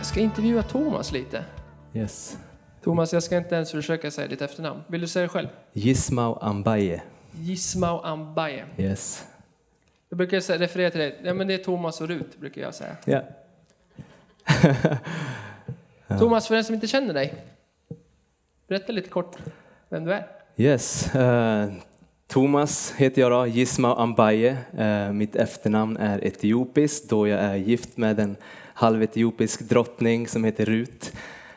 ska intervjua Thomas lite. Yes. Thomas, jag ska inte ens försöka säga ditt efternamn. Vill du säga det själv? Yismau Ambaye. Yismau Ambaye. Yes. Jag brukar referera till dig. Ja, men det är Thomas och Rut, brukar jag säga. Ja. Thomas, för den som inte känner dig, berätta lite kort vem du är. Yes. Thomas heter jag då, Yismau Ambaye. Mitt efternamn är etiopiskt då jag är gift med en halvetiopisk drottning som heter Rut.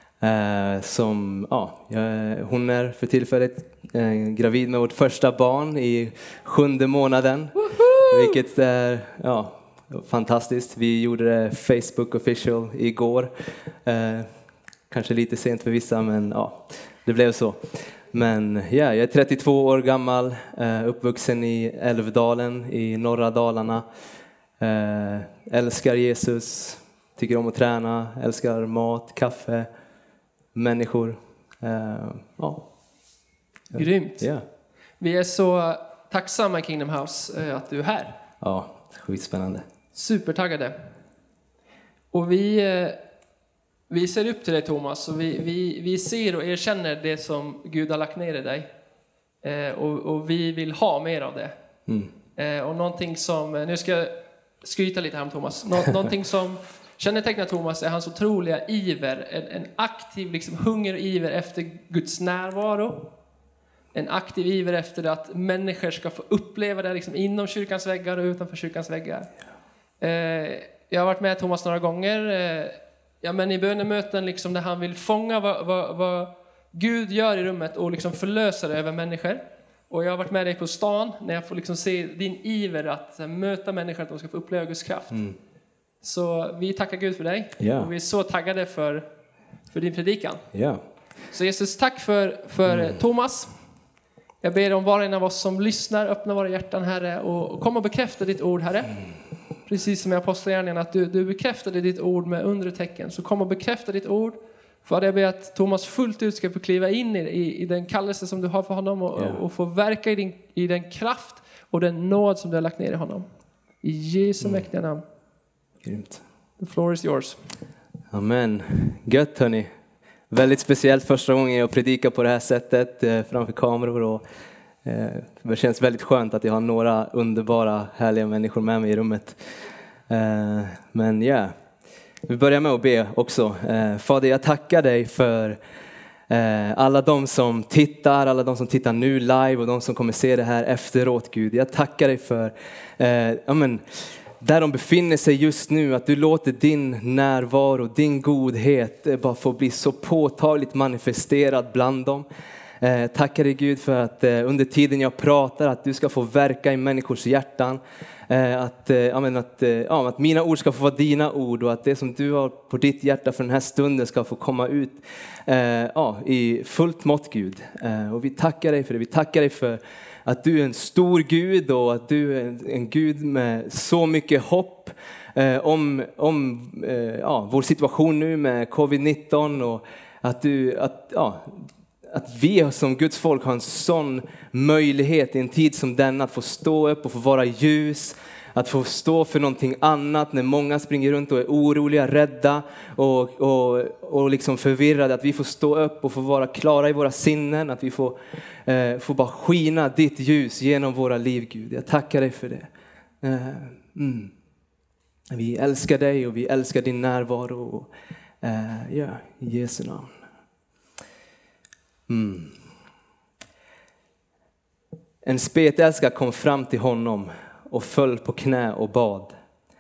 Hon är för tillfället gravid med vårt första barn i 7:e månaden. Woohoo! Vilket är fantastiskt. Vi gjorde det Facebook official igår. Kanske lite sent för vissa, men det blev så. Men jag är 32 år gammal, uppvuxen i Älvdalen i norra Dalarna. Älskar Jesus, tycker om att träna, älskar mat, kaffe, människor. Grymt. Yeah. Vi är så tacksamma i Kingdom House att du är här. Ja, skitspännande. Supertaggade. Och vi ser upp till dig, Thomas, och vi ser och erkänner det som Gud har lagt ner i dig. Och vi vill ha mer av det. Och någonting som, nu ska jag skryta lite här om Thomas. Någonting som kännetecknar Thomas är hans otroliga iver. En aktiv liksom, hunger och iver efter Guds närvaro. En aktiv iver efter att människor ska få uppleva det liksom, inom kyrkans väggar och utanför kyrkans väggar. Jag har varit med Thomas några gånger. Men i bönemöten liksom, där han vill fånga vad Gud gör i rummet och liksom förlösa det över människor. Och jag har varit med dig på stan när jag får liksom se din iver att möta människor, att de ska få uppleva Guds kraft. Så vi tackar Gud för dig. Yeah. Och vi är så taggade för din predikan. Yeah. Så Jesus, tack för Thomas. Jag ber om var och en av oss som lyssnar, öppna våra hjärtan, Herre, och kom och bekräfta ditt ord, Herre. Precis som i Apostlagärningarna, att du bekräftade ditt ord med under och tecken. Så kom och bekräfta ditt ord. För jag ber att Thomas fullt ut ska få kliva in i den kallelse som du har för honom och få verka i den kraft och den nåd som du har lagt ner i honom. I Jesu mäktiga namn. Grymt. The floor is yours. Amen. Gött, hörni. Väldigt speciellt första gången jag predikar på det här sättet framför kameror. Och, det känns väldigt skönt att jag har några underbara, härliga människor med mig i rummet. Vi börjar med att be också. Fader, jag tackar dig för alla de som tittar nu live och de som kommer se det här efteråt, Gud. Jag tackar dig för där de befinner sig just nu, att du låter din närvaro, din godhet bara få bli så påtagligt manifesterad bland dem. Tackar dig, Gud, för att under tiden jag pratar att du ska få verka i människors hjärtan. Att mina ord ska få vara dina ord och att det som du har på ditt hjärta för den här stunden ska få komma ut i fullt mått, Gud. Och vi tackar dig för det. Vi tackar dig för att du är en stor Gud och att du är en Gud med så mycket hopp om vår situation nu med covid-19 och att vi som Guds folk har en sån möjlighet i en tid som denna att få stå upp och få vara ljus. Att få stå för någonting annat när många springer runt och är oroliga, rädda och liksom förvirrade. Att vi får stå upp och få vara klara i våra sinnen. Att vi får bara skina ditt ljus genom våra liv, Gud. Jag tackar dig för det. Vi älskar dig och vi älskar din närvaro. I Jesu namn. En spetälska kom fram till honom och föll på knä och bad.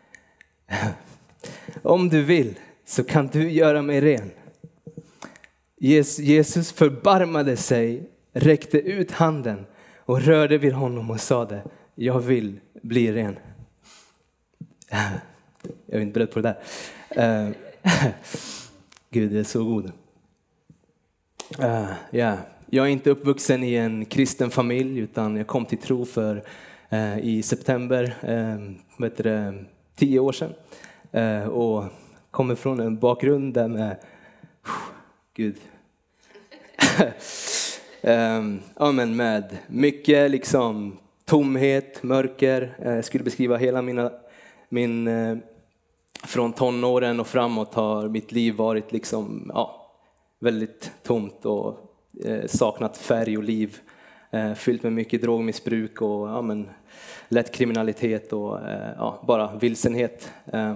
Om du vill så kan du göra mig ren. Jesus förbarmade sig, räckte ut handen och rörde vid honom och sade: jag vill bli ren. Jag är inte beredd på det där. Gud är så god. Jag är inte uppvuxen i en kristen familj utan jag kom till tro i september 10 år sedan. Och kommer från en bakgrund där med Gud. Med mycket liksom tomhet, mörker. Jag skulle beskriva hela min från tonåren och framåt har mitt liv varit liksom, väldigt tomt och saknat färg och liv. Fyllt med mycket drogmissbruk och lätt kriminalitet och bara vilsenhet.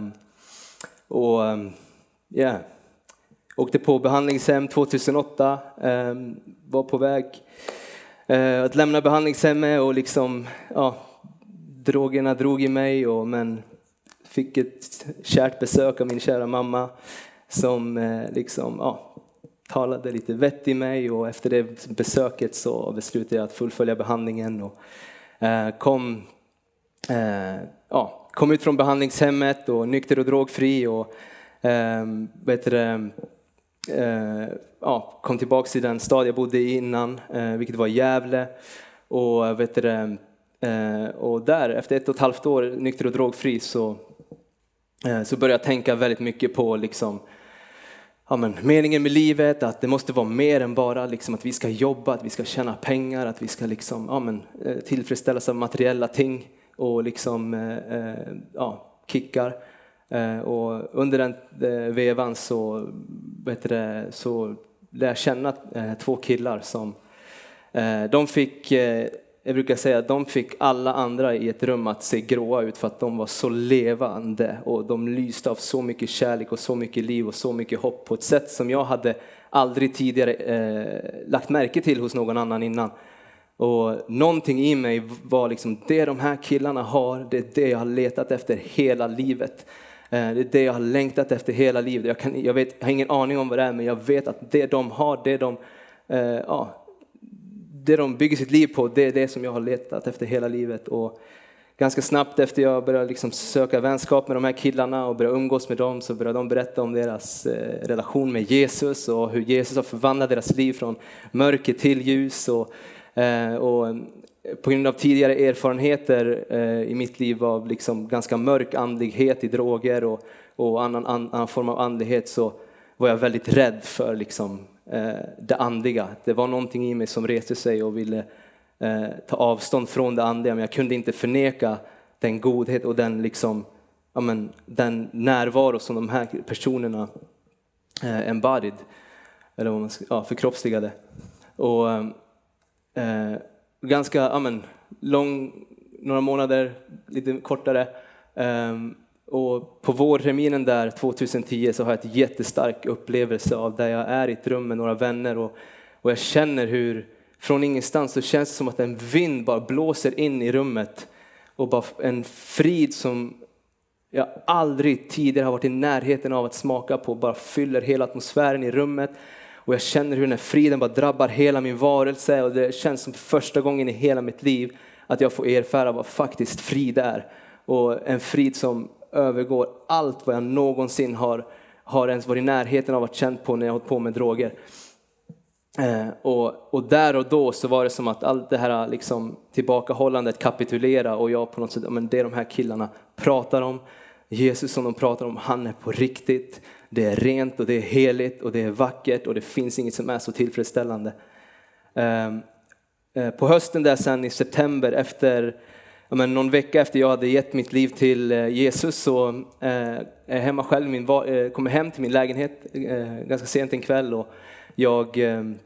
Åkte på behandlingshem 2008, var på väg att lämna behandlingshemmet och liksom, drogerna drog i mig men fick ett kärt besök av min kära mamma som talade lite vett i mig, och efter det besöket så beslutade jag att fullfölja behandlingen och kom ut från behandlingshemmet och nykter och drogfri och kom tillbaka till den stad jag bodde i innan, vilket var Gävle, och och där efter 1,5 år nykter och drogfri så började jag tänka väldigt mycket på liksom, meningen med livet, att det måste vara mer än bara liksom att vi ska jobba, att vi ska tjäna pengar, att vi ska liksom, tillfredsställas av materiella ting och liksom, kickar. Och under den vevan så lärde jag känna 2 killar som de fick, jag brukar säga att de fick alla andra i ett rum att se gråa ut för att de var så levande och de lyste av så mycket kärlek och så mycket liv och så mycket hopp på ett sätt som jag hade aldrig tidigare lagt märke till hos någon annan innan. Och någonting i mig var liksom, det de här killarna har, det är det jag har letat efter hela livet. Det är det jag har längtat efter hela livet. Jag har ingen aning om vad det är, men jag vet att det de har, det de bygger sitt liv på, det är det som jag har letat efter hela livet. Och ganska snabbt efter jag började liksom söka vänskap med de här killarna och började umgås med dem, så började de berätta om deras relation med Jesus och hur Jesus har förvandlat deras liv från mörker till ljus. Och på grund av tidigare erfarenheter i mitt liv av liksom ganska mörk andlighet i droger och annan form av andlighet, så var jag väldigt rädd för liksom, det andliga. Det var någonting i mig som reste sig och ville ta avstånd från det andliga, men jag kunde inte förneka den godhet och den liksom, den närvaro som de här personerna embodied, eller vad man ska, förkroppsligade. Och ganska lång, några månader, lite kortare, och på vårterminen där 2010 så har jag ett jättestark upplevelse av där jag är i ett rum med några vänner och jag känner hur från ingenstans så känns det som att en vind bara blåser in i rummet och bara en frid som jag aldrig tidigare har varit i närheten av att smaka på, bara fyller hela atmosfären i rummet. Och jag känner hur den här friden bara drabbar hela min varelse, och det känns som första gången i hela mitt liv att jag får erfara vad faktiskt frid är. Och en frid som övergår allt vad jag någonsin har ens varit i närheten av att känna på när jag har hållit på med droger. Och där och då så var det som att allt det här liksom tillbakahållandet kapitulera, och jag på något sätt, det de här killarna pratar om, Jesus som de pratar om, han är på riktigt. Det är rent och det är heligt och det är vackert och det finns inget som är så tillfredsställande. På hösten där sen i september, efter någon vecka efter jag hade gett mitt liv till Jesus, så är jag hemma själv, kommer hem till min lägenhet ganska sent en kväll, och jag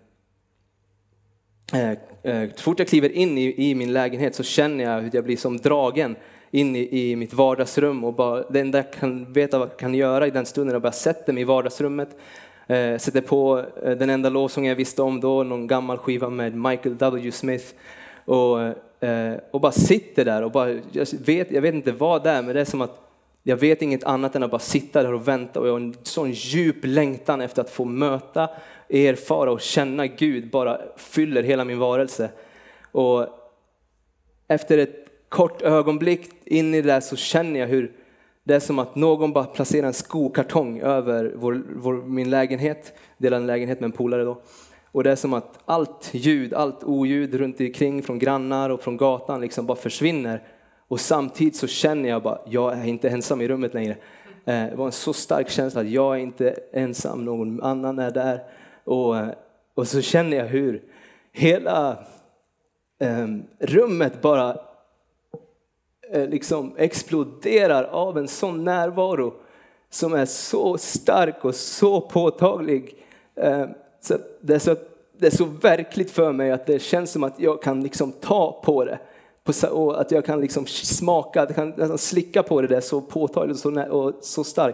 så fort jag kliver in i min lägenhet så känner jag hur jag blir som dragen in i mitt vardagsrum, och bara det enda jag kan veta vad jag kan göra i den stunden är att bara sätta mig i vardagsrummet, sätter på den enda lovsång jag visste om då, någon gammal skiva med Michael W. Smith, och bara sitter där och bara, jag vet inte vad det är, men det är som att jag vet inget annat än att bara sitta där och vänta, och jag har en sån djup längtan efter att få möta, erfara och känna Gud bara fyller hela min varelse. Och efter ett kort ögonblick in i det där så känner jag hur det är som att någon bara placerar en skokartong över min lägenhet, delar en lägenhet med en polare då. Och det är som att allt oljud runt omkring från grannar och från gatan liksom bara försvinner. Och samtidigt så känner jag bara, jag är inte ensam i rummet längre. Det var en så stark känsla att jag är inte ensam, någon annan är där. Och så känner jag hur hela rummet bara liksom exploderar av en sån närvaro som är så stark och så påtaglig. Så det är så verkligt för mig att det känns som att jag kan liksom ta på det. Och att jag kan liksom smaka, att jag kan slicka på det där så påtagligt och så starkt.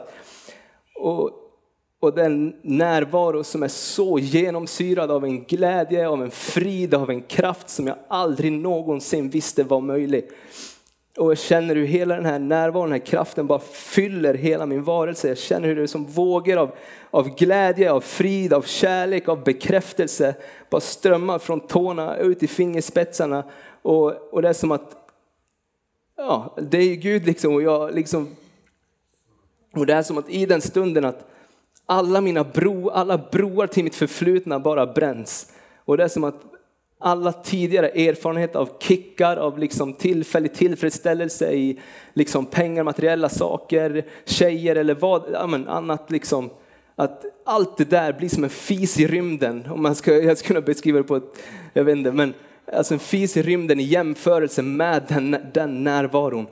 Och den närvaro som är så genomsyrad av en glädje, av en frid, av en kraft som jag aldrig någonsin visste var möjlig. Och jag känner hur hela den här närvaron, den här kraften bara fyller hela min varelse. Jag känner hur det är som vågor av glädje, av frid, av kärlek, av bekräftelse bara strömmar från tårna ut i fingerspetsarna. Och det är som att, ja, det är Gud liksom, och jag liksom, och det är som att i den stunden att alla broar till mitt förflutna bara bränns. Och det är som att alla tidigare erfarenheter av kickar, av liksom tillfällig tillfredsställelse i liksom pengar, materiella saker, tjejer eller vad annat liksom, att allt det där blir som en fis i rymden. Om jag ska kunna beskriva det på ett, jag vet inte, men alltså en fis i rymden i jämförelse med den närvaron.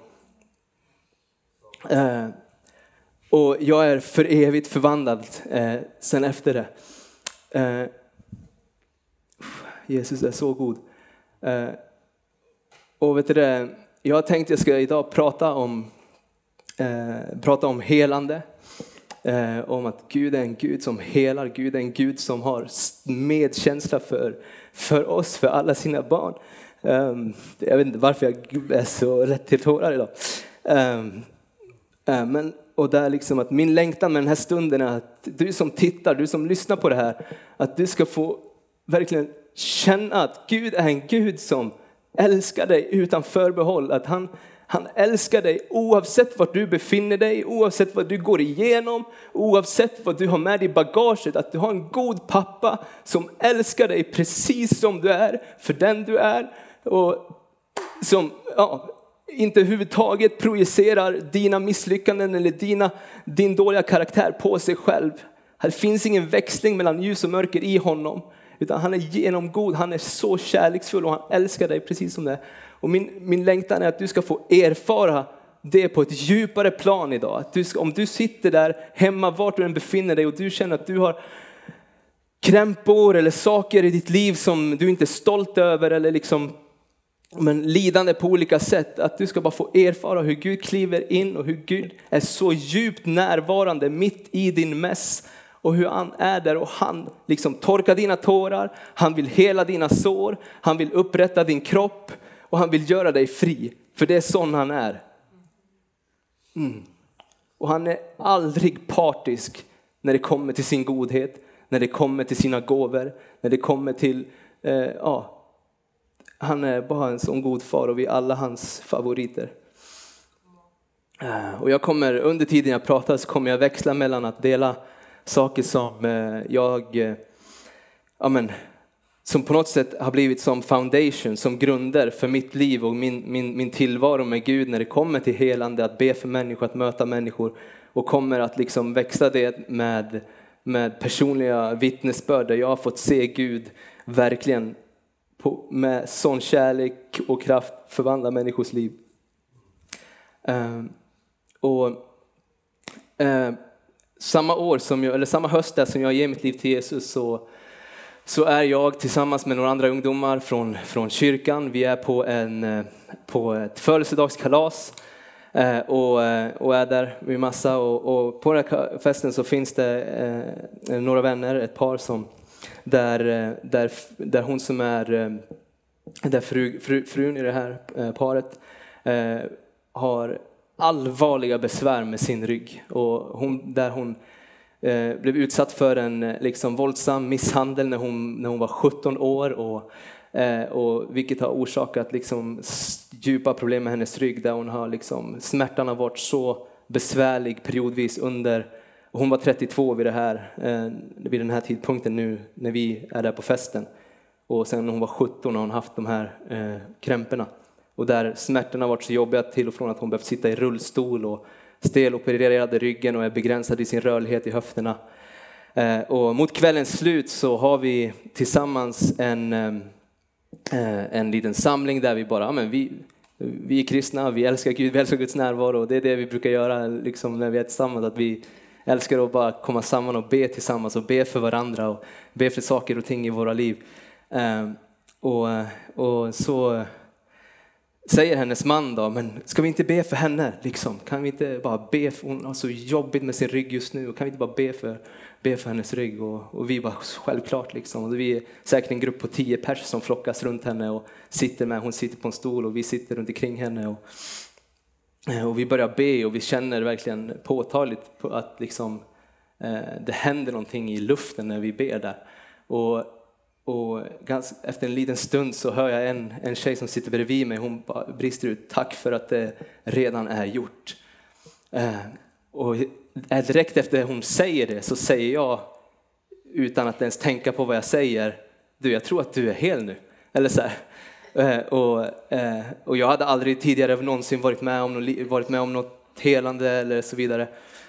Och jag är för evigt förvandlad sen efter det. Jesus är så god. Och vet du, jag tänkte jag ska idag prata om helande. Om att Gud är en Gud som helar. Gud är en Gud som har medkänsla för oss, för alla sina barn. Jag vet inte varför jag är så rätt till tårar idag. Men och där liksom att min längtan med den här stunden är att du som tittar, du som lyssnar på det här, att du ska få verkligen känna att Gud är en Gud som älskar dig utan förbehåll. Att han älskar dig oavsett vart du befinner dig, oavsett vad du går igenom, oavsett vad du har med i bagaget. Att du har en god pappa som älskar dig precis som du är, för den du är. Och som inte överhuvudtaget projicerar dina misslyckanden eller din dåliga karaktär på sig själv. Här finns ingen växling mellan ljus och mörker i honom. Utan han är genomgod, han är så kärleksfull och han älskar dig precis som det är. Och min längtan är att du ska få erfara det på ett djupare plan idag. Att om du sitter där hemma vart du än befinner dig och du känner att du har krämpor eller saker i ditt liv som du inte är stolt över eller liksom lidande på olika sätt. Att du ska bara få erfara hur Gud kliver in och hur Gud är så djupt närvarande mitt i din mäss. Och hur han är där och han liksom torkar dina tårar. Han vill hela dina sår. Han vill upprätta din kropp. Och han vill göra dig fri. För det är sån han är. Och han är aldrig partisk när det kommer till sin godhet. När det kommer till sina gåvor. När det kommer till, han är bara en sån god far och vi är alla hans favoriter. Och jag kommer, under tiden jag pratar så kommer jag växla mellan att dela saker som som på något sätt har blivit som foundation, som grunder för mitt liv och min tillvaro med Gud när det kommer till helande, att be för människor, att möta människor, och kommer att liksom växa det med personliga vittnesbörd där jag har fått se Gud verkligen med sån kärlek och kraft förvandla människors liv. Samma höst där som jag ger mitt liv till Jesus så är jag tillsammans med några andra ungdomar från kyrkan. Vi är på ett födelsedagskalas och är där med massa. Och på den här festen så finns det några vänner, ett par som där hon som är där frun i det här paret har allvarliga besvär med sin rygg, och hon blev utsatt för en liksom våldsam misshandel när hon var 17 år och vilket har orsakat liksom djupa problem med hennes rygg, där hon har liksom, smärtan har varit så besvärlig periodvis och hon var 32 vid den här tidpunkten nu när vi är där på festen, och sen när hon var 17 har hon haft de här krämporna. Och där smärtorna har varit så jobbiga till och från att hon behövt sitta i rullstol och stelopererade ryggen och är begränsad i sin rörlighet i höfterna. Och mot kvällens slut så har vi tillsammans en liten samling där vi bara, vi är kristna, vi älskar Gud, vi älskar Guds närvaro. Och det är det vi brukar göra liksom, när vi är tillsammans. Att vi älskar att bara komma samman och be tillsammans. Och be för varandra och be för saker och ting i våra liv. Och så säger hennes man då, men ska vi inte be för henne? Liksom? Kan vi inte bara be för, hon har så jobbigt med sin rygg just nu. Och kan vi inte bara be för hennes rygg? Och vi bara självklart liksom. Och vi är säkert en grupp på 10 pers som flockas runt henne och sitter med. Hon sitter på en stol och vi sitter runt omkring henne. Och vi börjar be och vi känner verkligen påtagligt att liksom, det händer någonting i luften när vi ber där. Och efter en liten stund så hör jag en tjej som sitter bredvid mig. Hon bara brister ut, tack för att det redan är gjort. Och direkt efter hon säger det så säger jag, utan att ens tänka på vad jag säger, du, jag tror att du är hel nu. Eller så här. Och jag hade aldrig tidigare någonsin varit med om något helande eller så vidare.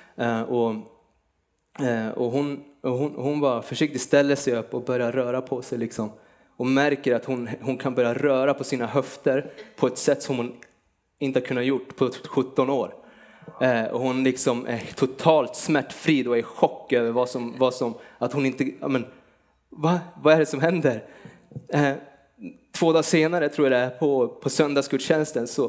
Och hon bara försiktigt ställer sig upp och börjar röra på sig liksom. Och märker att hon kan börja röra på sina höfter på ett sätt som hon inte har kunnat gjort på 17 år. Och hon liksom är totalt smärtfri och är i chock över vad som att hon inte, men vad är det som händer? 2 dagar senare tror jag det är på söndagsgudstjänsten så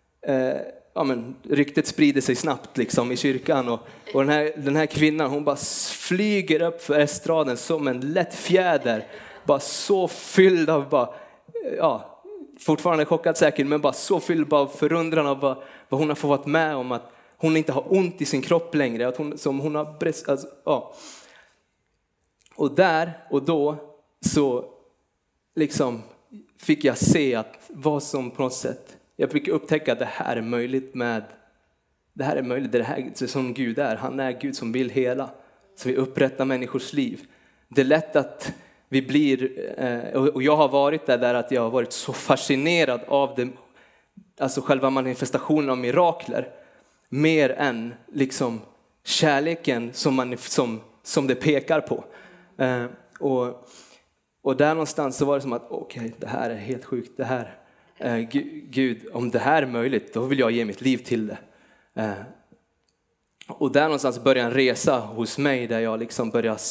ryktet sprider sig snabbt liksom i kyrkan och den här kvinnan, hon bara flyger upp för estraden som en lätt fjäder, bara så fylld av fortfarande chockad säkert, men bara så fylld av förundran av vad hon har fått vara med om, att hon inte har ont i sin kropp längre, att hon har och där och då så liksom fick jag se att vad som på något sätt, jag fick upptäcka att det här är möjligt, det här som Gud är. Han är Gud som vill hela, så vi upprättar människors liv. Det är lätt att vi blir, och jag har varit där att jag har varit så fascinerad av det, alltså själva manifestationen av mirakler, mer än liksom kärleken som det pekar på. Och där någonstans så var det som att okej, det här är helt sjukt, det här. Gud, om det här är möjligt, då vill jag ge mitt liv till det. Och där någonstans började en resa hos mig där jag liksom började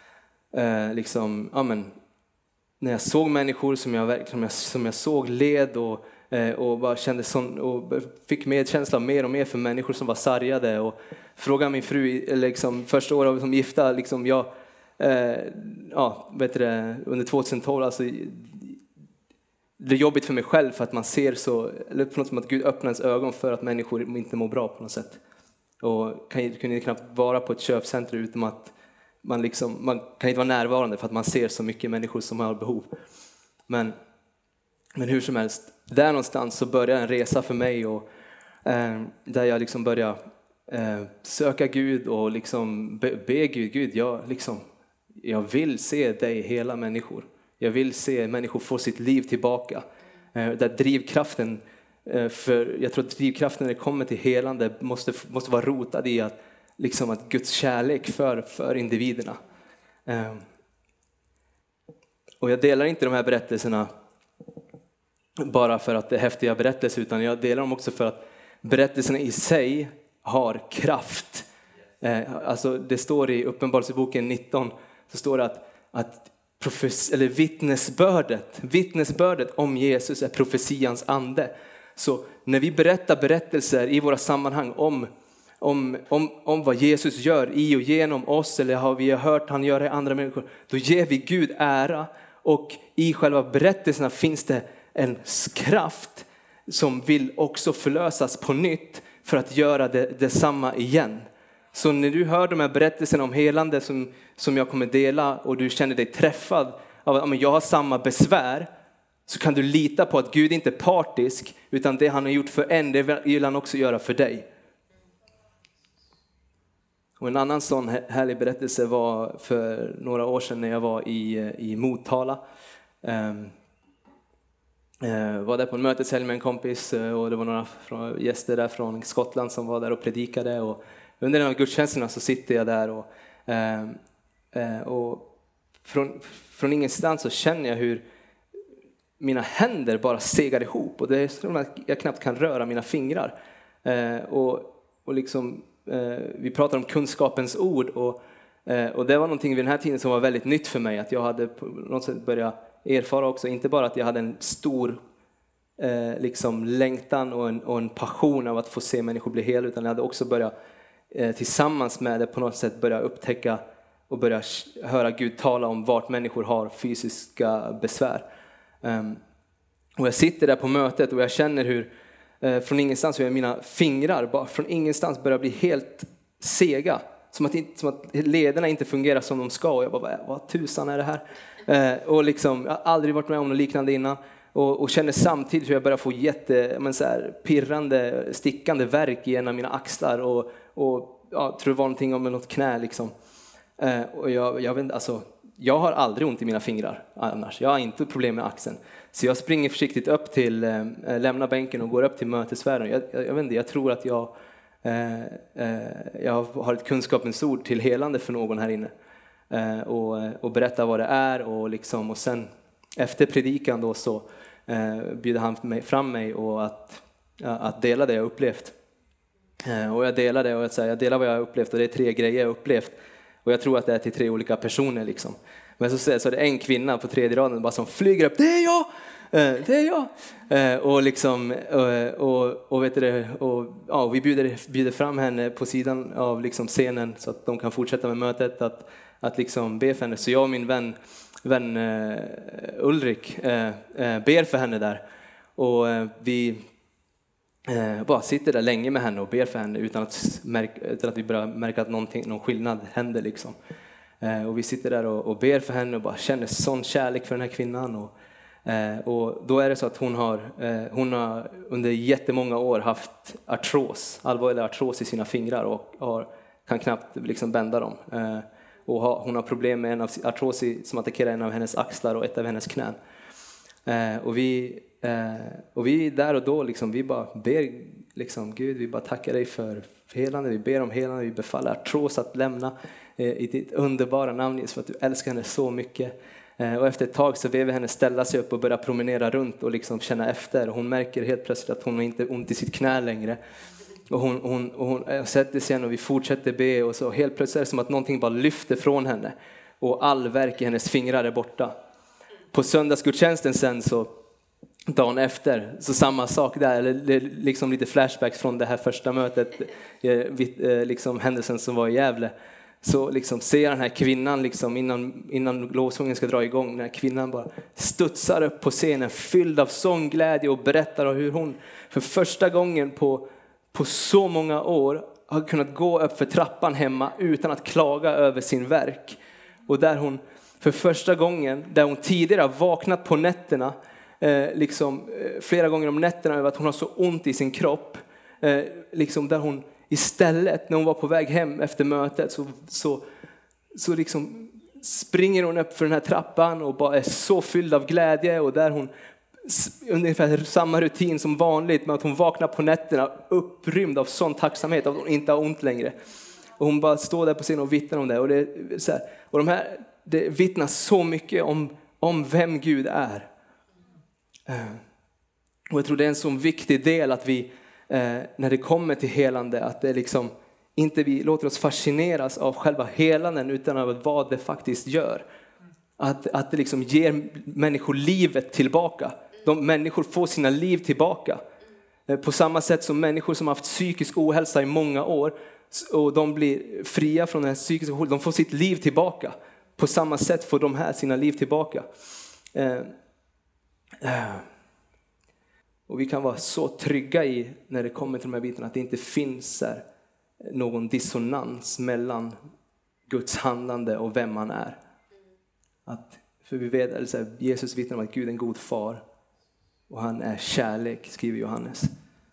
när jag såg människor som jag såg led och bara kände och fick medkänsla mer och mer för människor som var sargade, och frågade min fru liksom första året som gifta liksom under 2012, alltså det är jobbigt för mig själv för att man ser så, eller på något sätt att Gud öppnar ens ögon för att människor inte mår bra på något sätt. Och kunde knappt vara på ett köpcentrum utan att man kan inte vara närvarande för att man ser så mycket människor som har behov. Men hur som helst, där någonstans så började en resa för mig, och där jag liksom började söka Gud och liksom be Gud, jag vill se dig hela människor. Jag vill se människor få sitt liv tillbaka. Där drivkraften, för jag tror att drivkraften när det kommer till helande måste vara rotad i att Guds kärlek för individerna. Och jag delar inte de här berättelserna bara för att det är häftiga berättelser, utan jag delar dem också för att berättelserna i sig har kraft. Alltså det står i Uppenbarelseboken 19, så står det att vittnesbördet om Jesus är profetians ande. Så när vi berättar berättelser i våra sammanhang om vad Jesus gör i och genom oss, eller har vi hört han göra i andra människor, då ger vi Gud ära, och i själva berättelserna finns det en kraft som vill också förlösas på nytt för att göra detsamma igen. Så när du hör de här berättelserna om helande som jag kommer dela, och du känner dig träffad av att jag har samma besvär, så kan du lita på att Gud inte är partisk, utan det han har gjort för en, det vill han också göra för dig. Och en annan sån härlig berättelse var för några år sedan när jag var i Motala. Var där på en möteshelg med en kompis, och det var några gäster där från Skottland som var där och predikade, och under den här gudstjänsterna så sitter jag där och från ingenstans så känner jag hur mina händer bara segar ihop. Och det är som att jag knappt kan röra mina fingrar. Och liksom, vi pratar om kunskapens ord. Och det var någonting vid den här tiden som var väldigt nytt för mig. Att jag hade på något sätt börjat erfara också. Inte bara att jag hade en stor liksom längtan och en passion av att få se människor bli hela. Utan jag hade också börjat tillsammans med det på något sätt börja upptäcka och börja höra Gud tala om vart människor har fysiska besvär. Och jag sitter där på mötet och jag känner hur från ingenstans hur mina fingrar bara från ingenstans börjar bli helt sega. Som att lederna inte fungerar som de ska. Och jag bara, vad tusan är det här? Och liksom, jag har aldrig varit med om något liknande innan. Och känner samtidigt hur jag börjar få pirrande, stickande värk i en av mina axlar. Och jag tror det var någonting om något knä liksom. Och jag vet inte, alltså, jag har aldrig ont i mina fingrar annars. Jag har inte problem med axeln. Så jag springer försiktigt upp till, lämnar bänken och går upp till mötesvärden. Jag vet inte, jag tror att jag har ett kunskapens ord till helande för någon här inne. Och berätta vad det är. Och liksom, och sen efter predikan då så bjuder han fram mig och att dela det jag upplevt. Och jag delar det och jag delar vad jag har upplevt. Och det är 3 grejer jag har upplevt. Och jag tror att det är till 3 olika personer liksom. Men så är det en kvinna på 3:e raden bara som flyger upp. Det är jag! Det är jag! Och liksom, och vet du, och vi bjuder fram henne på sidan av liksom scenen så att de kan fortsätta med mötet. Att liksom be för henne. Så jag och min vän Ulrik ber för henne där. Och vi bara sitter där länge med henne och ber för henne utan att vi börjar märka att någon skillnad händer liksom. Och vi sitter där och ber för henne och bara känner sån kärlek för den här kvinnan. Och då är det så att hon har under jättemånga år haft allvarlig artros i sina fingrar och kan knappt liksom bända dem. Och hon har problem med en av artros som attackerar en av hennes axlar och ett av hennes knän. Och vi där och då liksom, vi bara ber liksom, Gud, vi bara tackar dig för helande, vi ber om helande, vi befaller artros att lämna i ditt underbara namn för att du älskar henne så mycket. Och efter ett tag så ber vi henne ställa sig upp och börja promenera runt och liksom känna efter. Och hon märker helt plötsligt att hon inte har ont i sitt knä längre. Och hon sätter sig igen och vi fortsätter be. Och så helt plötsligt är det som att någonting bara lyfter från henne. Och all värk i hennes fingrar är borta. På söndagsgudstjänsten sen så dagen efter så samma sak där. Eller liksom lite flashbacks från det här första mötet. Liksom händelsen som var i Gävle. Så liksom ser den här kvinnan liksom innan lovsången ska dra igång. Den här kvinnan bara studsar upp på scenen fylld av sångglädje och berättar om hur hon för första gången på så många år har kunnat gå upp för trappan hemma utan att klaga över sin värk. Och där hon för första gången, där hon tidigare har vaknat på nätterna flera gånger om nätterna över att hon har så ont i sin kropp. Liksom där hon istället, när hon var på väg hem efter mötet så liksom springer hon upp för den här trappan och bara är så fylld av glädje. Och där hon ungefär samma rutin som vanligt med att hon vaknar på nätterna upprymd av sån tacksamhet att hon inte har ont längre. Och hon bara står där på scenen och vittnar om det. Och det är så här, och det vittnar så mycket om vem Gud är. Och jag tror det är en sån viktig del att vi när det kommer till helande, att det liksom inte vi låter oss fascineras av själva helanden utan av vad det faktiskt gör. Att det liksom ger människor livet tillbaka. Människor får sina liv tillbaka. På samma sätt som människor som har haft psykisk ohälsa i många år och de blir fria från den här psykiska ohälsan, de får sitt liv tillbaka. På samma sätt får de här sina liv tillbaka. Och vi kan vara så trygga i när det kommer till de här bitarna att det inte finns någon dissonans mellan Guds handlande och vem man är. För vi vet, alltså, Jesus vittnar om att Gud är en god far och han är kärlek, skriver Johannes.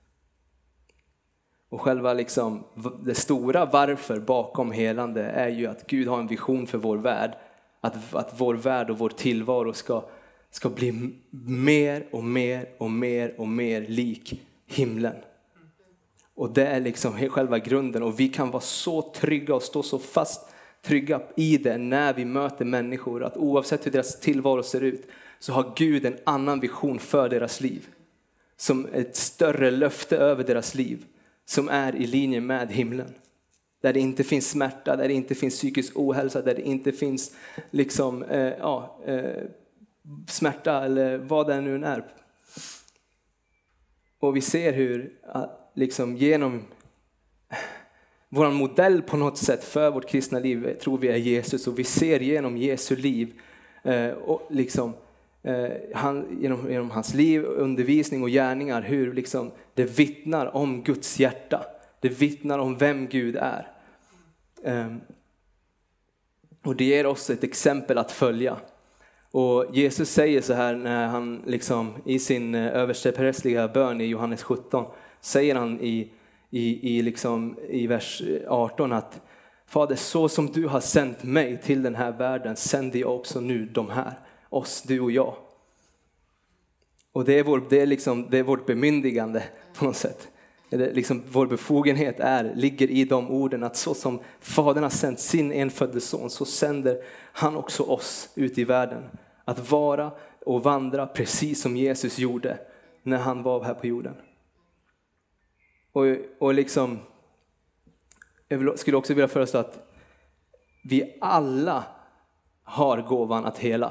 Och själva liksom, det stora varför bakom helande är ju att Gud har en vision för vår värld. Att vår värld och vår tillvaro ska bli mer och mer och mer och mer lik himlen. Och det är liksom själva grunden. Och vi kan vara så trygga och stå så fast trygga i det när vi möter människor. Att oavsett hur deras tillvaro ser ut så har Gud en annan vision för deras liv. Som ett större löfte över deras liv. Som är i linje med himlen. Där det inte finns smärta, där det inte finns psykisk ohälsa, där det inte finns liksom, smärta eller vad det nu är. Och vi ser hur liksom genom vår modell på något sätt för vårt kristna liv tror vi är Jesus. Och vi ser genom Jesu liv och liksom, genom hans liv, undervisning och gärningar hur liksom det vittnar om Guds hjärta. Det vittnar om vem Gud är. Och det ger oss ett exempel att följa. Och Jesus säger så här när han liksom i sin översteprästliga bön i Johannes 17 säger han i vers 18 att Fader, så som du har sänt mig till den här världen sänder jag också nu de här, oss, du och jag. Och det är vårt bemyndigande på något sätt. Liksom vår befogenhet ligger i de orden att så som Fadern har sänt sin enfödde son så sänder han också oss ut i världen. Att vara och vandra precis som Jesus gjorde när han var här på jorden. Och liksom, jag skulle också vilja föreslå att vi alla har gåvan att hela.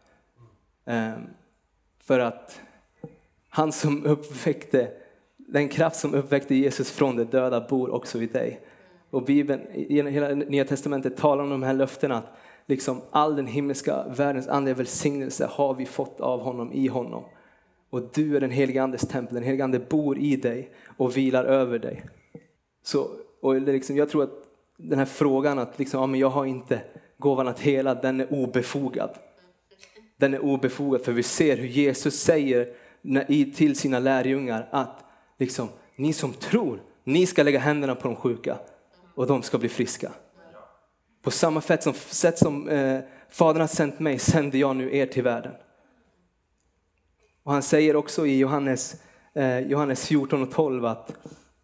För att han som uppväckte, den kraft som uppväckte Jesus från de döda bor också i dig. Och Bibeln, i hela Nya Testamentet talar om de här löftena att liksom all den himmelska världens andliga välsignelse har vi fått av honom i honom. Och du är den helige andes tempel, den helige ande bor i dig och vilar över dig. Så, och liksom, jag tror att den här frågan att liksom, men jag har inte gåvan att hela, den är obefogad. Den är obefogad för vi ser hur Jesus säger till sina lärjungar att liksom, ni som tror, ni ska lägga händerna på de sjuka och de ska bli friska. På samma sätt som Fadern har sänt mig sänder jag nu er till världen. Och han säger också i Johannes 14:12 att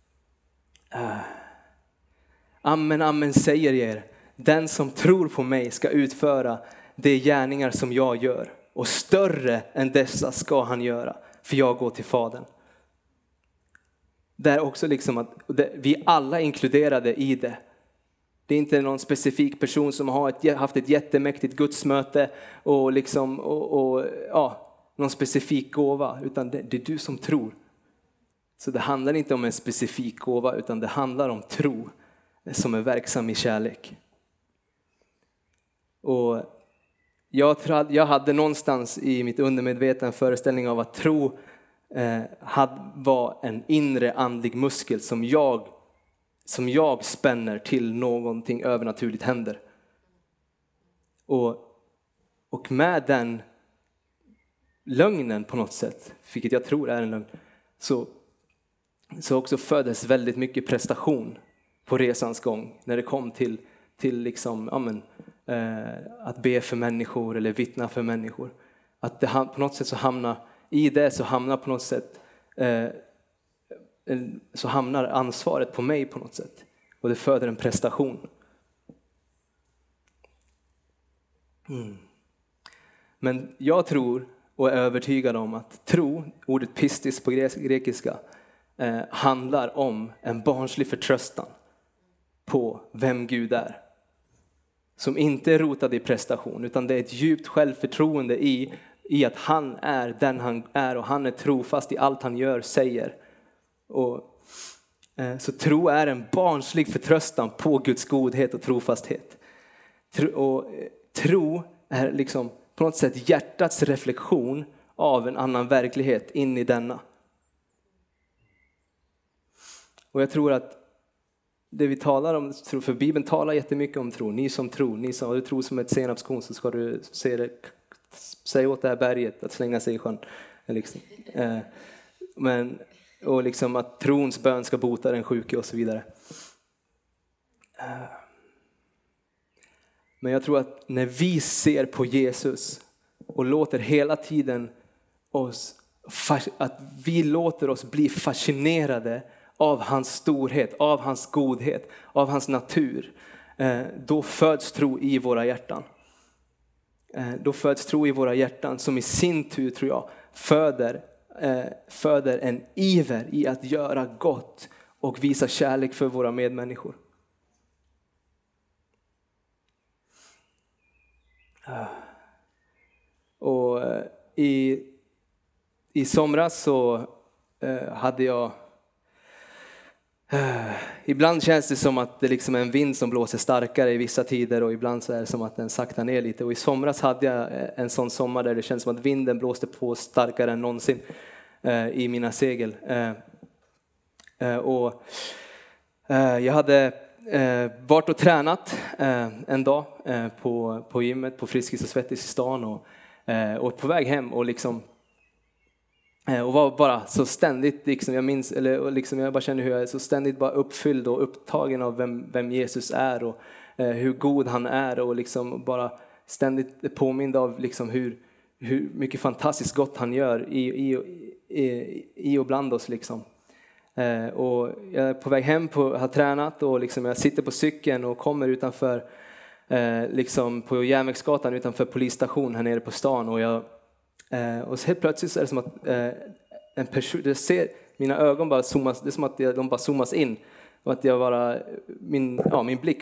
Amen, amen säger er, den som tror på mig ska utföra de gärningar som jag gör. Och större än dessa ska han göra, för jag går till Fadern. Det är också liksom att vi alla är inkluderade i det. Det är inte någon specifik person som har haft ett jättemäktigt gudsmöte och liksom någon specifik gåva, utan det är du som tror. Så det handlar inte om en specifik gåva, utan det handlar om tro som är verksam i kärlek. Och jag hade någonstans i mitt undermedvetna föreställning av att tro var en inre andlig muskel som jag spänner till någonting övernaturligt händer. Och med den lögnen på något sätt, vilket jag tror är en lögn, så också föddes väldigt mycket prestation på resans gång när det kom till liksom, att be för människor eller vittna för människor. Att det på något sätt så hamnar ansvaret på mig på något sätt. Och det föder en prestation. Men jag tror och är övertygad om att tro, ordet pistis på grekiska, handlar om en barnslig förtröstan på vem Gud är. Som inte är rotad i prestation, utan det är ett djupt självförtroende i att han är den han är och han är trofast i allt han gör, säger. Så tro är en barnslig förtröstan på Guds godhet och trofasthet. Tro är liksom på något sätt hjärtats reflektion av en annan verklighet in i denna. Och jag tror att det vi talar om, för Bibeln talar jättemycket om tro. Ni som tror, du tror som ett senapskorn, så ska du säga åt det här berget att slänga sig i sjön. Liksom. Och liksom att trons bön ska bota den sjuke och så vidare. Men jag tror att när vi ser på Jesus och låter hela tiden att vi låter oss bli fascinerade av hans storhet, av hans godhet, av hans natur. då föds tro i våra hjärtan. Då föds tro i våra hjärtan som i sin tur, tror jag, föder en iver i att göra gott och visa kärlek för våra medmänniskor. Och i somras så hade jag ibland känns det som att det liksom är en vind som blåser starkare i vissa tider, och ibland så är det som att den saktar ner lite. Och i somras hade jag en sån sommar där det känns som att vinden blåste på starkare än någonsin i mina segel. Och jag hade varit och tränat en dag på gymmet på Friskis och Svettis i stan, och på väg hem och liksom och var bara så ständigt liksom, jag bara känner hur jag är så ständigt bara uppfylld och upptagen av vem Jesus är och hur god han är, och liksom bara ständigt påmind av liksom hur mycket fantastiskt gott han gör i och bland oss liksom. Och jag är på väg hem har tränat, och liksom jag sitter på cykeln och kommer utanför liksom på Järnvägsgatan utanför polisstation här nere på stan, och så helt plötsligt så är det som att en person, det ser mina ögon bara zoomas, det är som att de bara zoomas in, och att jag bara min blick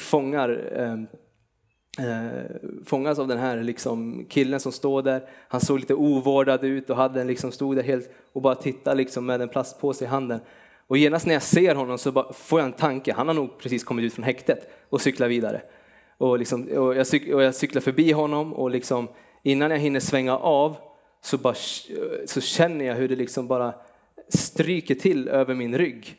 fångas av den här liksom killen som står där. Han såg lite ovårdad ut och stod där helt och bara tittade liksom med en plastpåse i handen. Och genast när jag ser honom så bara får jag en tanke. Han har nog precis kommit ut från häktet och cyklar vidare. Och jag cyklar förbi honom, och liksom innan jag hinner svänga av så känner jag hur det liksom bara stryker till över min rygg.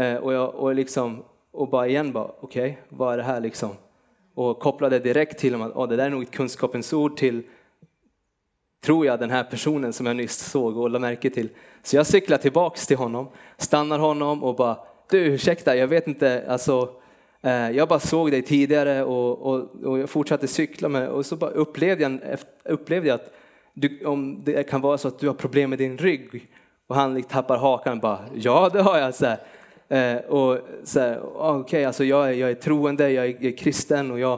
Och bara igen okej, vad är det här liksom? Och kopplade direkt till att det där är nog ett kunskapens ord till, tror jag, den här personen som jag nyss såg och lade märke till. Så jag cyklar tillbaks till honom, stannar honom och bara, du ursäkta, jag vet inte, alltså jag bara såg dig tidigare och jag fortsatte cykla med, och så bara upplevde jag att om det kan vara så att du har problem med din rygg. Och han tappar hakan bara, ja det har jag så här. Och så här, okej, alltså jag är troende, jag är kristen, och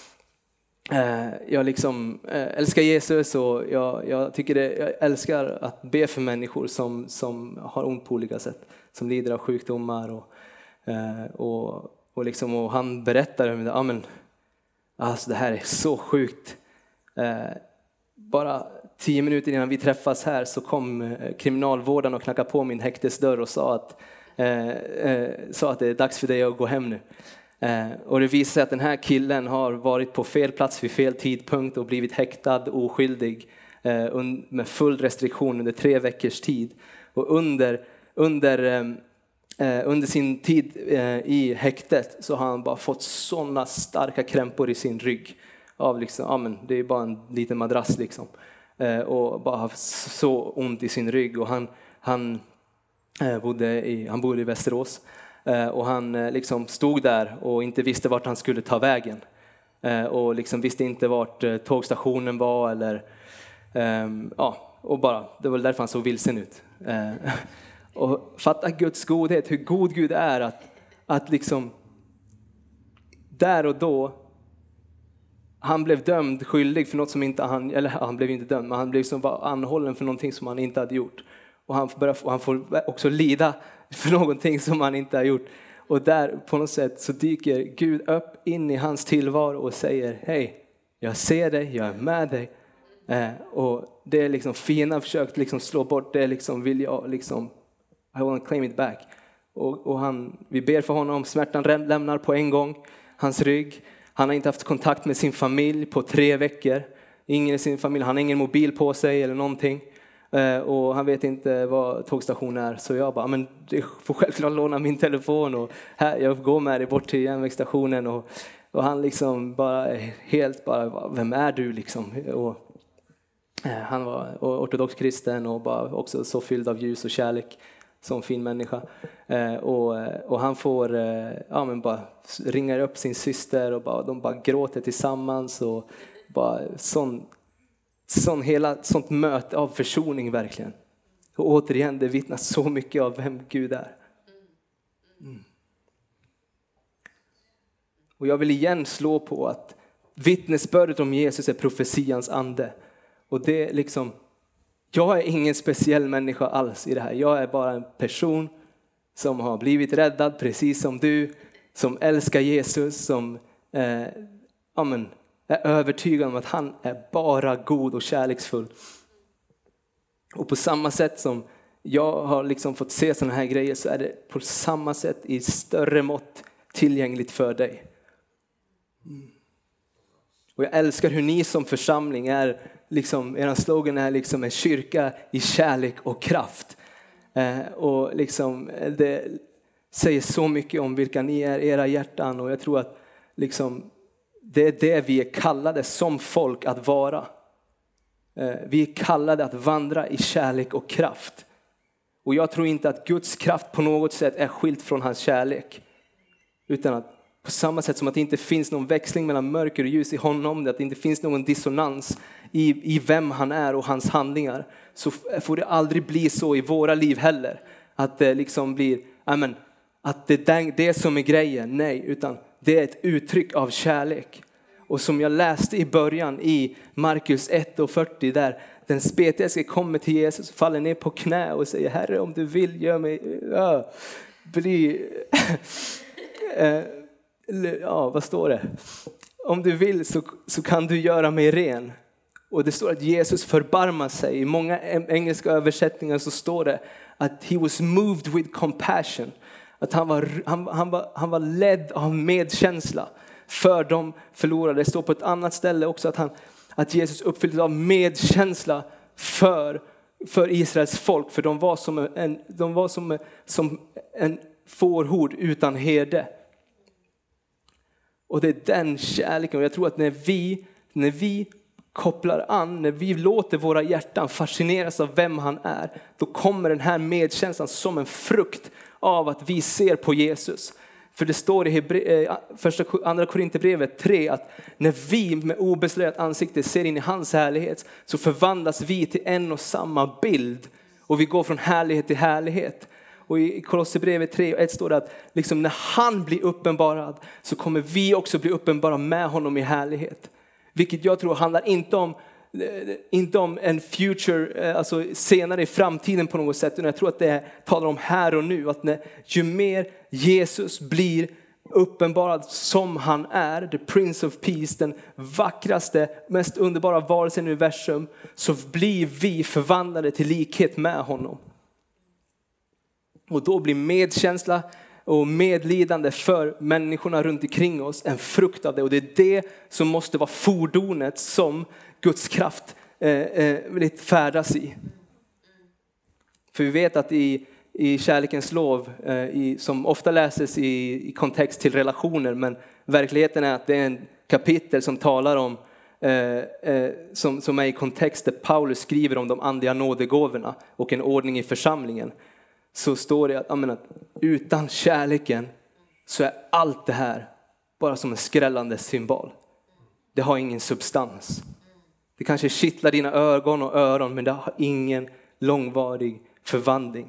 jag liksom älskar Jesus, och jag älskar att be för människor som har ont på olika sätt, som lider av sjukdomar, och han berättar om det. Alltså det här är så sjukt. Bara 10 minuter innan vi träffas här så kom kriminalvården och knackade på min häktesdörr och sa att det är dags för dig att gå hem nu. Och det visar sig att den här killen har varit på fel plats vid fel tidpunkt och blivit häktad oskyldig med full restriktion under 3 veckors tid. Och under sin tid i häktet så har han bara fått sådana starka krämpor i sin rygg. Av liksom, det är bara en liten madrass liksom. Och bara haft så ont i sin rygg. Och han bodde i Västerås. Och han liksom stod där och inte visste vart han skulle ta vägen. Och liksom visste inte vart tågstationen var. Eller, och bara, det var därför han såg vilsen ut. Och fatta Guds godhet, hur god Gud är. Att liksom där och då, han blev dömd skyldig för något som inte han blev inte dömd, men han blev som var anhållen för någonting som han inte hade gjort. Och han får också lida för någonting som han inte har gjort. Och där på något sätt så dyker Gud upp in i hans tillvaro och säger, hej, jag ser dig, jag är med dig. Och det är liksom fina försökt liksom slå bort, det liksom vill jag liksom, I want to claim it back. Och vi ber för honom, smärtan lämnar på en gång hans rygg. Han har inte haft kontakt med sin familj på 3 veckor. Ingen i sin familj, han har ingen mobil på sig eller någonting. Och han vet inte vad tågstation är. Så jag bara, men du får självklart låna min telefon. Och här, jag går med dig bort till järnvägsstationen. Och han liksom bara helt bara, vem är du liksom? Och han var ortodox kristen och bara också så fylld av ljus och kärlek. Som fin människa. Och han får bara ringar upp sin syster och de bara gråter tillsammans. Och bara sånt möte av försoning verkligen. Och återigen, det vittnar så mycket av vem Gud är. Och jag vill igen slå på att vittnesbördet om Jesus är profetians ande. Och det är liksom, jag är ingen speciell människa alls i det här. Jag är bara en person som har blivit räddad precis som du. Som älskar Jesus, som är övertygad om att han är bara god och kärleksfull. Och på samma sätt som jag har liksom fått se sådana här grejer, så är det på samma sätt i större mått tillgängligt för dig. Och jag älskar hur ni som församling är, liksom, er slogan är liksom en kyrka i kärlek och kraft. Och liksom, det säger så mycket om vilka ni är, era hjärtan. Och jag tror att liksom, det är det vi är kallade som folk att vara. Vi är kallade att vandra i kärlek och kraft. Och jag tror inte att Guds kraft på något sätt är skilt från hans kärlek. Utan att på samma sätt som att det inte finns någon växling mellan mörker och ljus i honom, att det inte finns någon dissonans i vem han är och hans handlingar, så får det aldrig bli så i våra liv heller. Att det liksom blir, att det är det som är grejen. Nej, utan det är ett uttryck av kärlek. Och som jag läste i början i Markus 1:40, där den spetälske kommer till Jesus och faller ner på knä och säger: Herre, om du vill, gör mig bli vad står det? Om du vill så kan du göra mig ren. Och det står att Jesus förbarmar sig. I många engelska översättningar så står det att he was moved with compassion. Att han var ledd av medkänsla för de förlorade. Det står på ett annat ställe också att Jesus uppfylldes av medkänsla för Israels folk. För de var som en fårhord utan herde. Och det är den kärleken. Och jag tror att när vi kopplar an, när vi låter våra hjärtan fascineras av vem han är, då kommer den här medkänslan som en frukt av att vi ser på Jesus. För det står i andra Korinthierbrevet 3 att när vi med obeslöjat ansikte ser in i hans härlighet, så förvandlas vi till en och samma bild. Och vi går från härlighet till härlighet. Och i Kolosserbrevet 3:1 står det att liksom när han blir uppenbarad, så kommer vi också bli uppenbara med honom i härlighet. Vilket jag tror handlar inte om en future, alltså senare i framtiden på något sätt. Utan jag tror att det talar om här och nu. Att ju mer Jesus blir uppenbarad som han är, the Prince of Peace, den vackraste, mest underbara varelsen i universum, så blir vi förvandlade till likhet med honom. Och då blir medkänsla och medlidande för människorna runt omkring oss en frukt av det. Och det är det som måste vara fordonet som Guds kraft färdas i. För vi vet att i kärlekens lov, som ofta läses i kontext till relationer, men verkligheten är att det är en kapitel som talar om, som är i kontext där Paulus skriver om de andliga nådegåvorna och en ordning i församlingen. Så står det att utan kärleken så är allt det här bara som en skrällande symbol. Det har ingen substans. Det kanske kittlar dina ögon och öron, men det har ingen långvarig förvandling.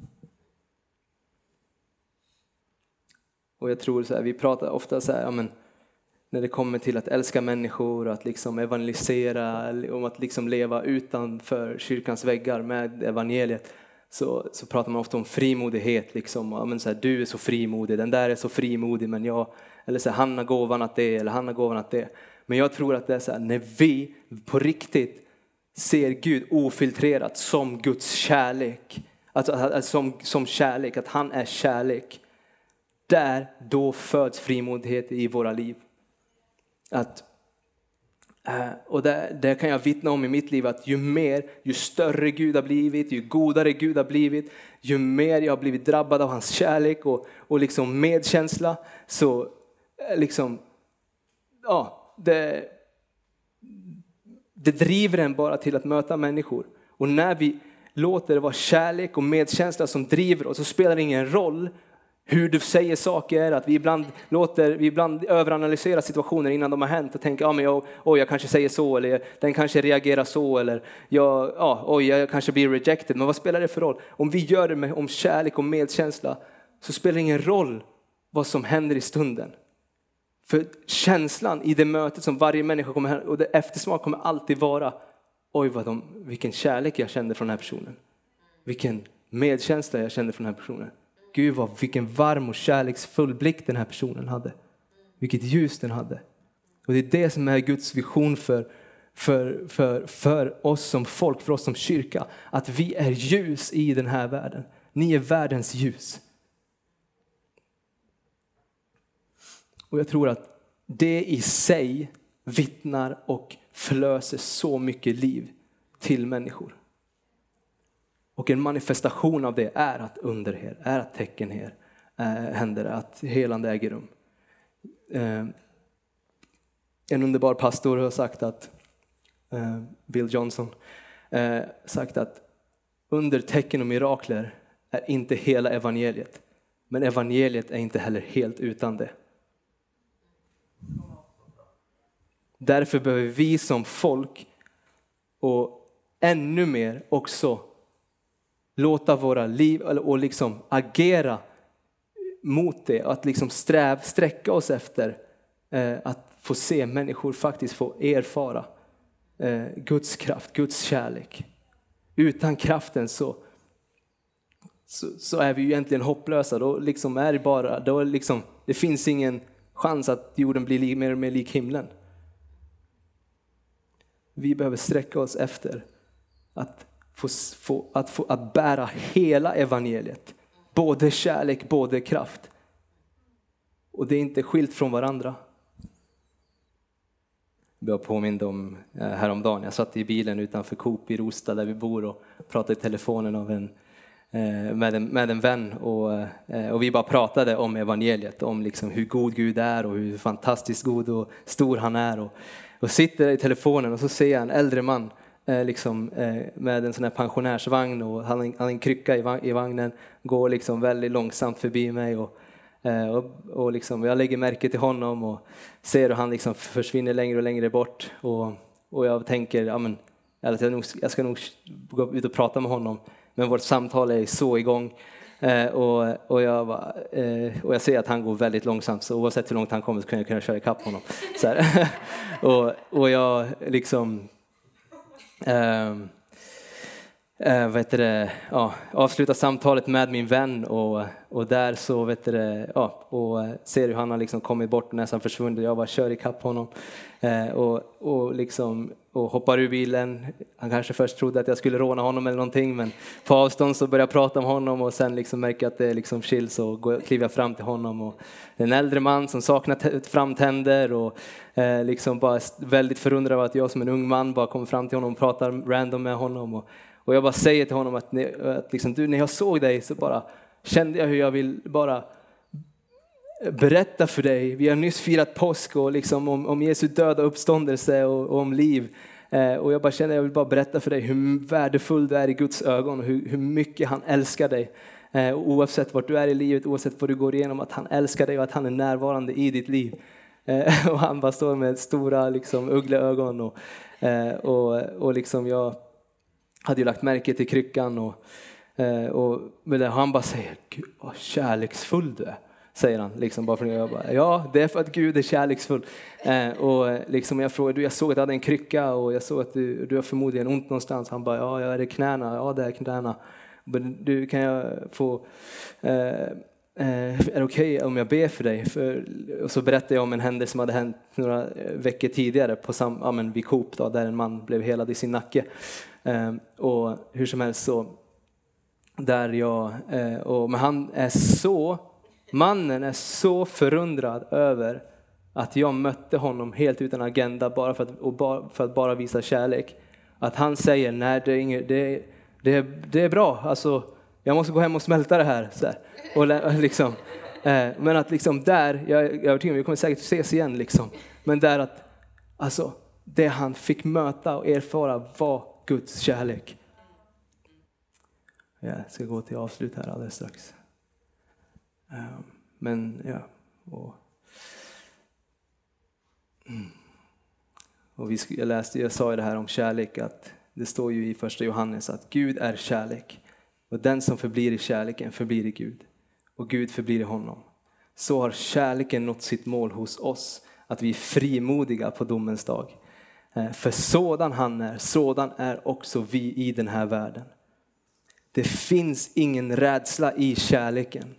Och jag tror så här, vi pratar ofta så här, när det kommer till att älska människor, att liksom evangelisera, om att liksom leva utanför kyrkans väggar med evangeliet. Så pratar man ofta om frimodighet. Liksom. Så här, du är så frimodig, den där är så frimodig, men jag... Eller så här, han har gåvan att det, eller han har gåvan att det. Men jag tror att det är så här, när vi på riktigt ser Gud ofiltrerat som Guds kärlek. Alltså som kärlek, att han är kärlek. Då föds frimodighet i våra liv. Och det kan jag vittna om i mitt liv, att ju större Gud har blivit, ju godare Gud har blivit, ju mer jag har blivit drabbad av hans kärlek och liksom medkänsla, så liksom det driver en bara till att möta människor. Och när vi låter det vara kärlek och medkänsla som driver oss, så spelar det ingen roll hur du säger saker, att vi ibland överanalyserar situationer innan de har hänt och tänker, jag kanske säger så, eller den kanske reagerar så, eller jag kanske blir rejected. Men vad spelar det för roll? Om vi gör det om kärlek och medkänsla, så spelar det ingen roll vad som händer i stunden. För känslan i det mötet som varje människa kommer här, och det eftersmak kommer alltid vara, oj vilken kärlek jag kände från den här personen. Vilken medkänsla jag kände från den här personen. Gud vilken varm och kärleksfull blick den här personen hade. Vilket ljus den hade. Och det är det som är Guds vision för oss som folk, för oss som kyrka. Att vi är ljus i den här världen. Ni är världens ljus. Och jag tror att det i sig vittnar och förlöser så mycket liv till människor. Och en manifestation av det är att under här, är att tecken här händer, att helande äger rum. En underbar pastor har sagt att, Bill Johnson, sagt att under tecken och mirakler är inte hela evangeliet. Men evangeliet är inte heller helt utan det. Därför behöver vi som folk och ännu mer också låta våra liv och liksom agera mot det. Att liksom sträcka oss efter att få se människor faktiskt få erfara Guds kraft, Guds kärlek. Utan kraften så är vi ju egentligen hopplösa. Då liksom är det bara, det finns ingen chans att jorden blir mer och mer lik himlen. Vi behöver sträcka oss efter att bära hela evangeliet. Både kärlek, både kraft. Och det är inte skilt från varandra. Jag påminner om häromdagen. Jag satt i bilen utanför Coop i Rosta där vi bor och pratade i telefonen med en vän. Och vi bara pratade om evangeliet. Om liksom hur god Gud är och hur fantastiskt god och stor han är. Och sitter i telefonen och så ser jag en äldre man med en sån här pensionärsvagn. Och han har en krycka i vagnen. Går liksom väldigt långsamt förbi mig och liksom, jag lägger märke till honom och ser hur han liksom försvinner längre och längre bort. Och jag tänker, jag ska nog gå ut och prata med honom. Men vårt samtal är så igång. Och jag ser att han går väldigt långsamt. Så oavsett hur långt han kommer så kan jag köra ikapp honom. Så här. och jag liksom... avsluta samtalet med min vän och där så och ser hur han har liksom kommit bort och nästan försvunnit. Jag bara kör ikapp honom och hoppar ur bilen. Han kanske först trodde att jag skulle råna honom eller någonting, men på avstånd så börjar jag prata om honom och sen liksom märker att det är liksom chill, så kliver jag fram till honom. Och en äldre man som saknar framtänder och liksom bara väldigt förundrad över att jag som en ung man bara kommer fram till honom och pratar random med honom. Och jag bara säger till honom att liksom, när jag såg dig så bara kände jag hur jag vill bara berätta för dig. Vi har nyss firat påsk och liksom om Jesu död och uppståndelse och om liv. Och jag bara kände att jag vill bara berätta för dig hur värdefull du är i Guds ögon och hur mycket han älskar dig. Oavsett vart du är i livet, oavsett vad du går igenom, att han älskar dig och att han är närvarande i ditt liv. Och han bara står med stora liksom, uggleögon och liksom jag hade ju lagt märke till kryckan och han bara säger, Gud vad kärleksfull du är, säger han liksom bara för att jag bara, ja, det är för att Gud är kärleksfull. Och liksom jag frågade, jag såg att du hade en krycka och jag såg att du har förmodligen ont någonstans. Han bara, ja, jag är det knäna, ja det är knäna. Men du, kan jag få är det okej om jag ber för dig? Och så berättade jag om en händelse som hade hänt några veckor tidigare vid Coop då, där en man blev helad i sin nacke. Och hur som helst så där mannen är så förundrad över att jag mötte honom helt utan agenda bara för att bara visa kärlek, att han säger nej, det är bra, alltså jag måste gå hem och smälta det här så här. Och liksom men att liksom där jag övertygad, vi kommer säkert ses igen liksom, men där att alltså det han fick möta och erfara var Guds kärlek. Jag ska gå till avslut här alldeles strax. Men ja. Jag sa ju det här om kärlek, att det står ju i första Johannes att Gud är kärlek. Och den som förblir i kärleken förblir i Gud. Och Gud förblir i honom. så har kärleken nått sitt mål hos oss. Att vi är frimodiga på domens dag. För sådan han är, sådan är också vi i den här världen. Det finns ingen rädsla i kärleken.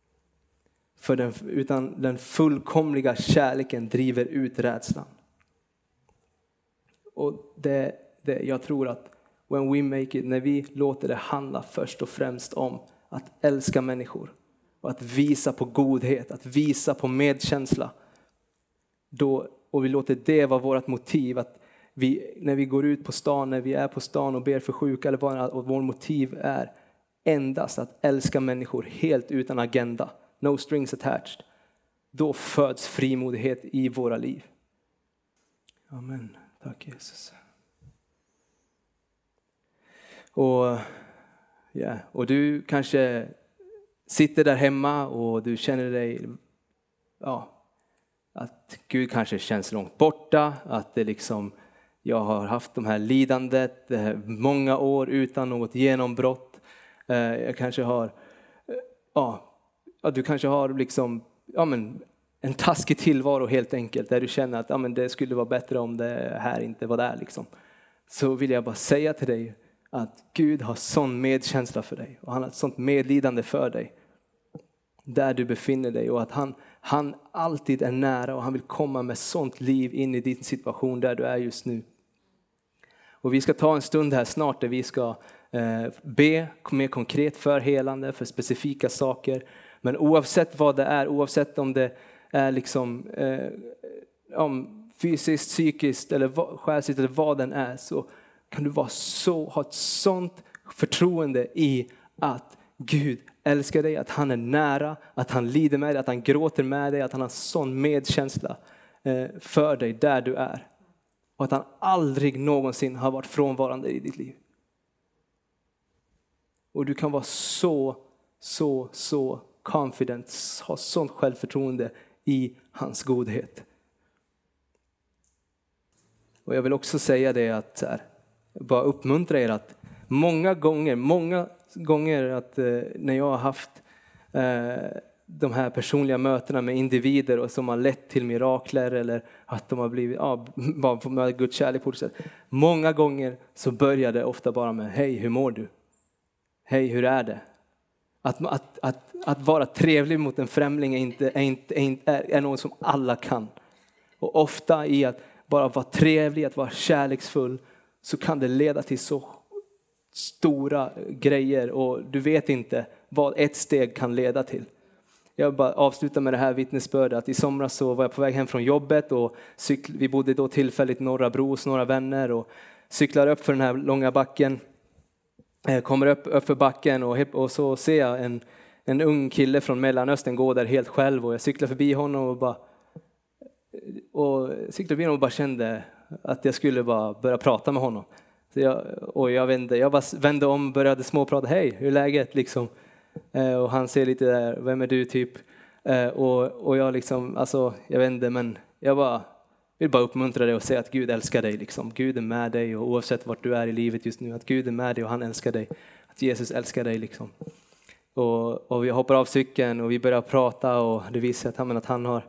Utan den fullkomliga kärleken driver ut rädslan. Och jag tror att when we make it, när vi låter det handla först och främst om att älska människor. Och att visa på godhet, att visa på medkänsla. Och vi låter det vara vårt motiv. Att när vi går ut på stan, när vi är på stan och ber för sjuka eller vad, och vår motiv är endast att älska människor helt utan agenda. No strings attached. Då föds frimodighet i våra liv. Amen. Tack Jesus. Och du kanske sitter där hemma och du känner dig att Gud kanske känns långt borta. Att det liksom, jag har haft de här lidandet många år utan något genombrott. Jag kanske har du kanske har liksom en taskig tillvaro helt enkelt. Där du känner att det skulle vara bättre om det här inte var där liksom. Så vill jag bara säga till dig att Gud har sån medkänsla för dig. Och han har ett sånt medlidande för dig. Där du befinner dig. Och att han alltid är nära. Och han vill komma med sånt liv in i din situation där du är just nu. Och vi ska ta en stund här snart där vi ska be mer konkret för helande. För specifika saker. Men oavsett vad det är. Oavsett om det är liksom fysiskt, psykiskt eller själsligt eller vad den är. Så kan du ha ett sånt förtroende i att Gud älskar dig, att han är nära, att han lider med dig, att han gråter med dig, att han har sån medkänsla för dig där du är. Och att han aldrig någonsin har varit frånvarande i ditt liv. Och du kan vara så confident, ha sånt självförtroende i hans godhet. Och jag vill också säga det att bara uppmuntra er att många gånger att när jag har haft de här personliga mötena med individer och som har lett till mirakler eller att de har blivit bara fått möta Guds kärlek på det sätt. Många gånger så börjar det ofta bara med hej, hur mår du? Hej, hur är det? Att vara trevlig mot en främling är något som alla kan. Och ofta i att bara vara trevlig, att vara kärleksfull, så kan det leda till så stora grejer. Och du vet inte vad ett steg kan leda till. Jag bara avslutar med det här vittnesbördet. Att i somras så var jag på väg hem från jobbet. Och vi bodde då tillfälligt i Norra Bro hos några vänner. Och cyklar upp för den här långa backen. Kommer upp för backen och så ser jag en ung kille från Mellanöstern gå där helt själv. Och jag cyklar förbi honom och bara kände att jag skulle bara börja prata med honom. Så jag bara vände om och började småprata. Hej, hur är läget liksom? Och han ser lite där, vem är du typ? Och jag liksom, alltså jag vet inte, men jag vill bara uppmuntra dig och säga att Gud älskar dig liksom. Gud är med dig och oavsett vart du är i livet just nu, att Gud är med dig och han älskar dig. Att Jesus älskar dig liksom. Och vi hoppar av cykeln och vi börjar prata och det visar att han har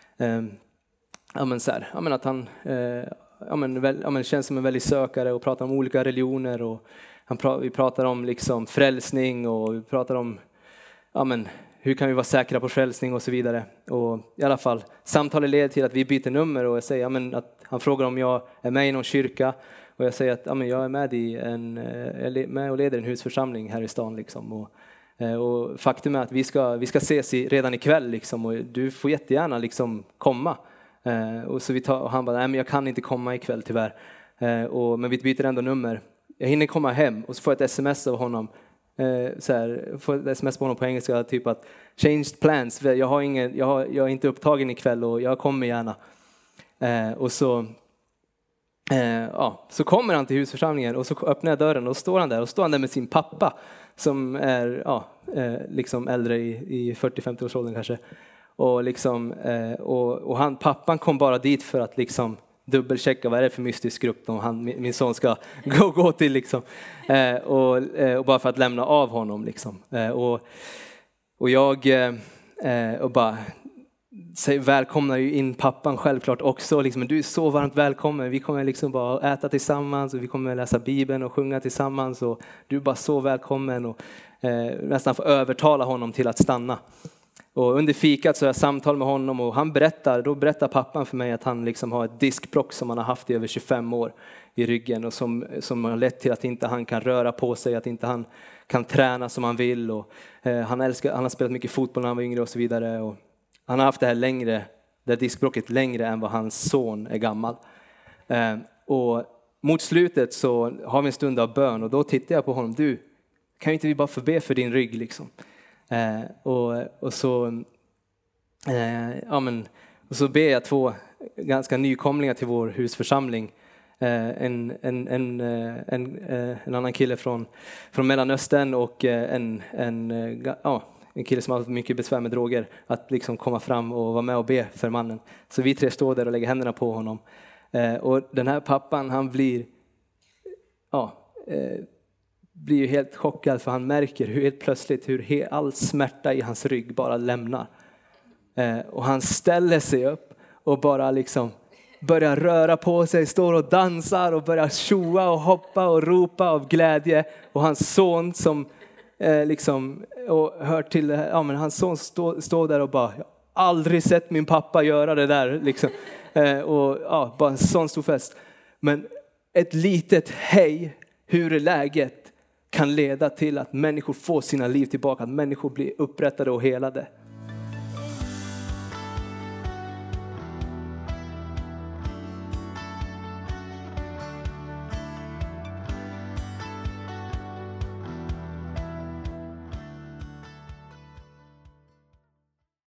att han känns som en väldigt sökare och pratar om olika religioner och vi pratar om liksom frälsning och vi pratar om hur kan vi vara säkra på frälsning och så vidare. Och i alla fall samtalet leder till att vi byter nummer och jag säger att han frågar om jag är med i någon kyrka och jag säger att jag är med och leder en husförsamling här i stan liksom. Och faktum är att vi ska ses redan ikväll liksom, och du får jättegärna liksom komma. Och han bara, nej men jag kan inte komma ikväll tyvärr. Men vi byter ändå nummer. Jag hinner komma hem och så får jag ett sms av honom. Får ett sms på honom på engelska typ att changed plans. Jag är inte upptagen ikväll och jag kommer gärna. Och så kommer han till husförsamlingen och så öppnar jag dörren och står han där med sin pappa som är liksom äldre i 40-50 års åldern kanske. Och liksom och pappan kom bara dit för att liksom dubbelchecka vad är det för mystisk grupp min son ska gå till liksom. Och bara för att lämna av honom liksom. Och jag och bara välkomnar ju in pappan självklart också. Liksom, du är så varmt välkommen. Vi kommer liksom bara äta tillsammans och vi kommer läsa Bibeln och sjunga tillsammans. Och du är bara så välkommen och nästan får övertala honom till att stanna. Och under fikat så har jag samtal med honom och då berättar pappan för mig att han liksom har ett diskbråck som han har haft i över 25 år i ryggen och som har lett till att inte han kan röra på sig, att inte han kan träna som han vill. Och, han har spelat mycket fotboll när han var yngre och så vidare. Och han har haft det diskbråcket längre än vad hans son är gammal. Och mot slutet så har vi en stund av bön och då tittar jag på honom. Du, kan inte vi bara få be för din rygg liksom? Och så ber jag 2 ganska nykomlingar till vår husförsamling. En annan kille från Mellanöstern och en kille som har haft mycket besvär med droger, att liksom komma fram och vara med och be för mannen. Så vi 3 står där och lägger händerna på honom. Och den här pappan, han blir ju helt chockad, för han märker hur helt plötsligt hur all smärta i hans rygg bara lämnar. Och han ställer sig upp och bara liksom börjar röra på sig, står och dansar och börjar tjoa och hoppa och ropa av glädje. Och hans son som liksom och hör till det här, men hans son står där och bara, jag har aldrig sett min pappa göra det där liksom. Bara en sån stor fest. Men ett litet hej, hur är läget, kan leda till att människor får sina liv tillbaka, att människor blir upprättade och helade.